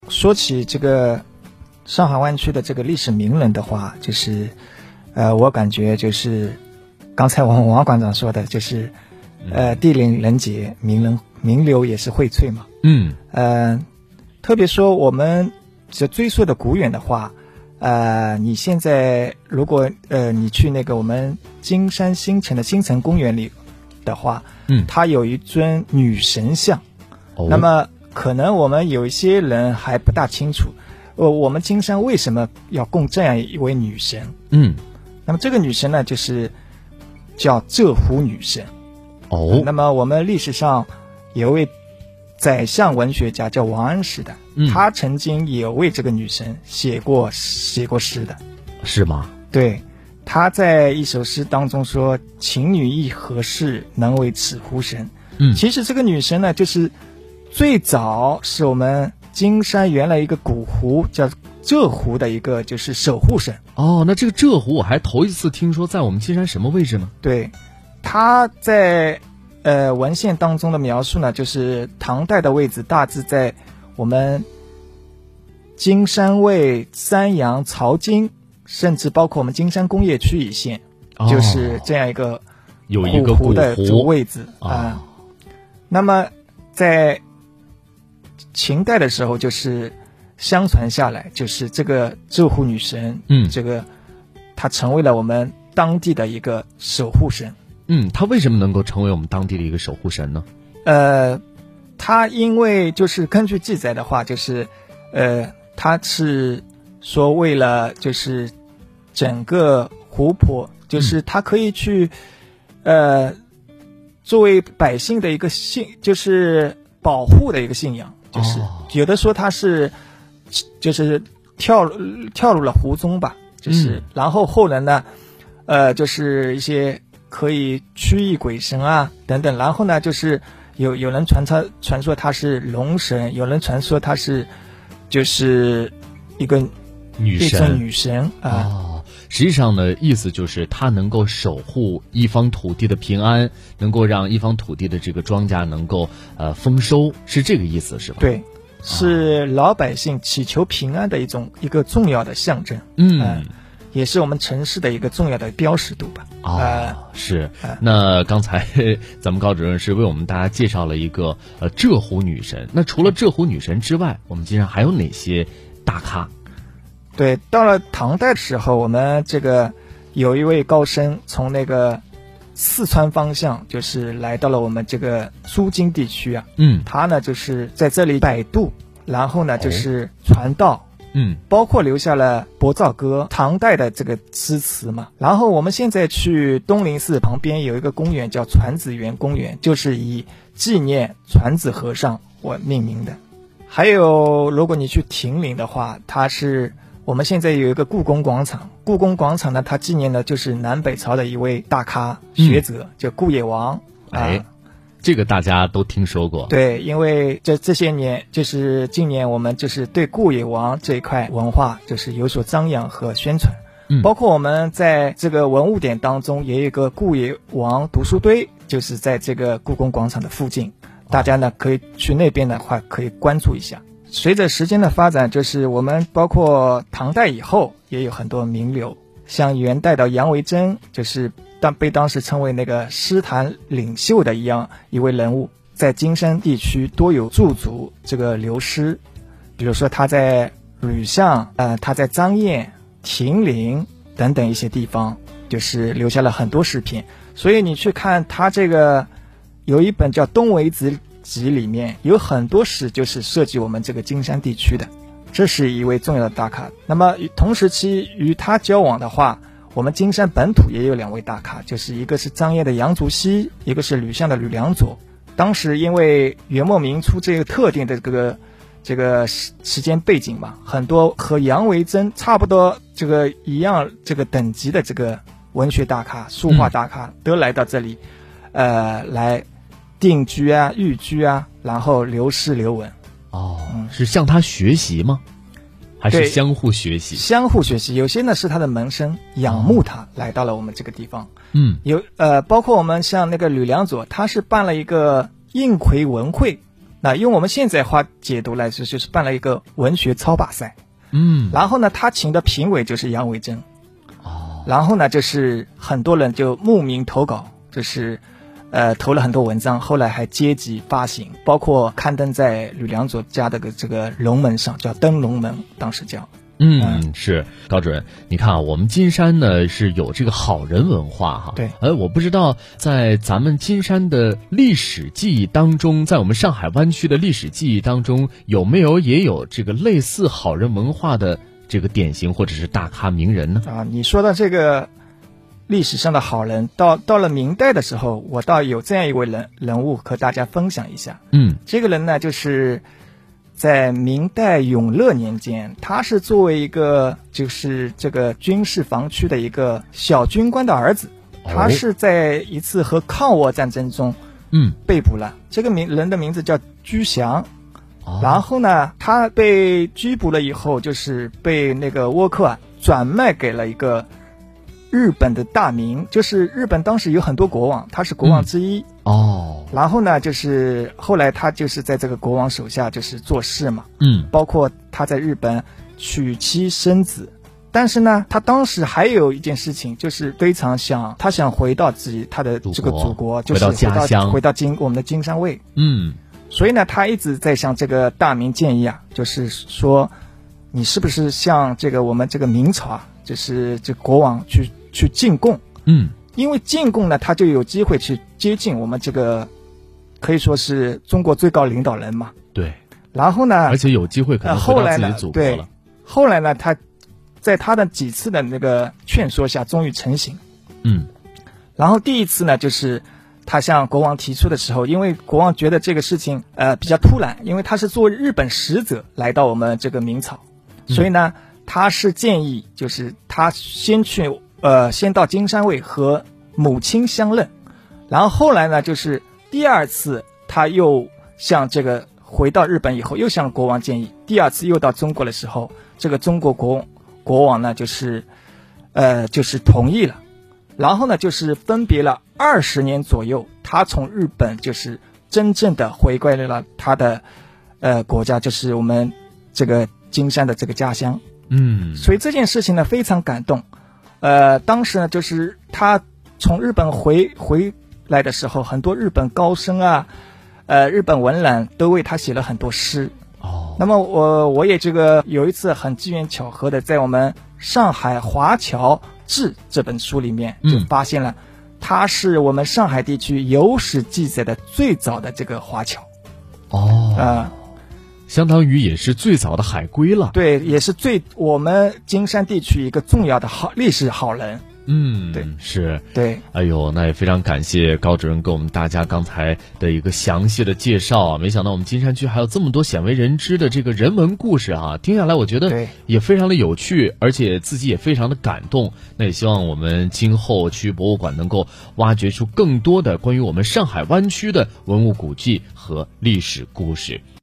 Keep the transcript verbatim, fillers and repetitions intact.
说起这个上海湾区的这个历史名人的话，就是呃，我感觉就是刚才王王馆长说的，就是呃，地灵人杰，名人名流也是荟萃嘛。 嗯， 呃，特别说我们这追溯的古远的话，呃，你现在如果呃你去那个我们金山新城的新城公园里的话， 嗯， 它有一尊女神像， 哦、 那么可能我们有一些人还不大清楚，呃，我们金山为什么要供这样一位女神？ 嗯， 那么这个女神呢，就是叫浙湖女神。 哦， 那么我们历史上有位宰相文学家叫王安石的， 嗯、 他曾经也为这个女神写过写过诗的， 是吗？ 对，他在一首诗当中说：“情女亦何事，能为此湖神。” 嗯， 其实这个女神呢，就是最早是我们金山原来一个古湖叫浙湖的一个就是守护神。 哦，那这个浙湖我还头一次听说，在我们金山什么位置呢？ 对，他在呃文献当中的描述呢，就是唐代的位置大致在我们金山卫、三阳、曹金，甚至包括我们金山工业区一线， 哦、 就是这样一个有一个古湖的主位置啊、 哦呃。 那么在秦代的时候，就是相传下来，就是这个浙湖女神， 嗯， 这个她成为了我们当地的一个守护神。 嗯，她为什么能够成为我们当地的一个守护神呢？ 呃，她因为就是根据记载的话，就是呃，她是说为了就是整个湖泊，就是她可以去、嗯、呃作为百姓的一个信，就是保护的一个信仰。就是、哦、有的说他是就是跳跳入了湖中吧，就是、嗯、然后后人呢呃就是一些可以驱役鬼神啊等等，然后呢就是有有人传传传说他是龙神，有人传说他是就是一个女神女神啊、 哦。实际上呢，意思就是它能够守护一方土地的平安，能够让一方土地的这个庄稼能够呃丰收，是这个意思是吧？ 对，是老百姓祈求平安的一种一个重要的象征。 嗯、 呃，也是我们城市的一个重要的标识度吧。 啊、哦呃， 是。呃、那刚才咱们高主任是为我们大家介绍了一个呃浙湖女神。那除了浙湖女神之外，我们金山还有哪些大咖？ 对，到了唐代的时候，我们这个有一位高僧从那个四川方向，就是来到了我们这个诸津地区啊。 嗯， 他呢就是在这里摆渡，然后呢就是传道。 嗯， 包括留下了《博造歌》唐代的这个诗词嘛。然后我们现在去东林寺旁边有一个公园叫传子园公园，就是以纪念传子和尚我命名的。还有，如果你去亭林的话，它是我们现在有一个故宫广场，故宫广场呢，它纪念的就是南北朝的一位大咖学者，嗯、就顾野王。 哎、啊，这个大家都听说过。 对，因为这这些年，就是近年我们就是对顾野王这一块文化就是有所张扬和宣传。 嗯， 包括我们在这个文物点当中也有一个顾野王读书堆，就是在这个故宫广场的附近，大家呢可以去那边的话可以关注一下。随着时间的发展，就是我们包括唐代以后也有很多名流，像元代的杨维桢，就是当被当时称为那个诗坛领袖的一样一位人物，在金山地区多有驻足这个流诗，比如说他在吕巷，呃，他在张堰、亭林等等一些地方，就是留下了很多诗篇。所以你去看他这个有一本叫《东维子集》，里面有很多诗就是涉及我们这个金山地区的，这是一位重要的大咖。那么同时期与他交往的话，我们金山本土也有两位大咖，就是一个是张掖的杨竹溪，一个是吕巷的吕良佐。当时因为元末明初这个特定的这个这个时间背景嘛，很多和杨维桢差不多这个一样这个等级的这个文学大咖、书画大咖、嗯、都来到这里，呃，来定居啊、寓居啊，然后留诗留文。 哦，嗯、是向他学习吗？还是相互学习？ 相互学习。有些呢是他的门生仰慕他、哦、来到了我们这个地方。 嗯， 有呃，包括我们像那个吕良佐，他是办了一个应魁文会。 那用我们现在话解读来说，就是办了一个文学操把赛。 嗯， 然后呢，他请的评委就是杨伟珍。 哦， 然后呢，就是很多人就慕名投稿，就是呃投了很多文章，后来还接集发行，包括刊登在吕良佐家的个这个龙门上，叫登龙门，当时叫。 嗯，是高主任，你看啊，我们金山呢是有这个好人文化哈。 对， 呃，我不知道在咱们金山的历史记忆当中，在我们上海湾区的历史记忆当中，有没有也有这个类似好人文化的这个典型或者是大咖名人呢？ 啊，你说的这个历史上的好人，到到了明代的时候，我倒有这样一位人人物和大家分享一下。 嗯， 这个人呢，就是在明代永乐年间，他是作为一个就是这个军事防区的一个小军官的儿子，他是在一次和抗倭战争中， 嗯， 被捕了。这个名人的名字叫居祥。 哦、 然后呢，他被拘捕了以后，就是被那个倭寇啊转卖给了一个日本的大名，就是日本当时有很多国王，他是国王之一。 嗯、哦。 然后呢，就是后来他就是在这个国王手下就是做事嘛， 嗯， 包括他在日本娶妻生子。但是呢，他当时还有一件事情，就是非常想他想回到自己他的这个祖国，就是回到家乡， 回到金我们的金山卫。 嗯。 所以呢，他一直在向这个大明建议啊，就是说，你是不是向这个我们这个明朝啊，就是这国王去去进贡？ 嗯， 因为进贡呢，他就有机会去接近我们这个，可以说是中国最高领导人嘛。 对。 然后呢， 而且有机会可能回到自己祖国了。 对，后来呢，他在他的几次的那个劝说下，终于成行。 嗯。 然后第一次呢，就是他向国王提出的时候，因为国王觉得这个事情呃比较突然，因为他是作为日本使者来到我们这个明朝，所以呢，他是建议就是他先去呃先到金山卫和母亲相认，然后后来呢，就是第二次他又向这个回到日本以后，又向国王建议，第二次又到中国的时候，这个中国国国王呢就是呃就是同意了。然后呢，就是分别了二十年左右，他从日本就是真正的回归了他的呃国家，就是我们这个金山的这个家乡。 嗯， 所以这件事情呢非常感动。呃，当时呢，就是他从日本回回来的时候，很多日本高僧啊，呃，日本文人都为他写了很多诗。 哦， 那么我我也这个有一次很机缘巧合的，在我们上海华侨志这本书里面就发现了，它是我们上海地区有史记载的最早的这个华侨。 哦， 呃， 相当于也是最早的海归了。 对，也是最我们金山地区一个重要的好历史好人。 嗯， 对， 是， 对， 哎呦，那也非常感谢高主任给我们大家刚才的一个详细的介绍啊！没想到我们金山区还有这么多鲜为人知的这个人文故事啊，听下来我觉得也非常的有趣，而且自己也非常的感动。那也希望我们今后区博物馆能够挖掘出更多的关于我们上海湾区的文物古迹和历史故事。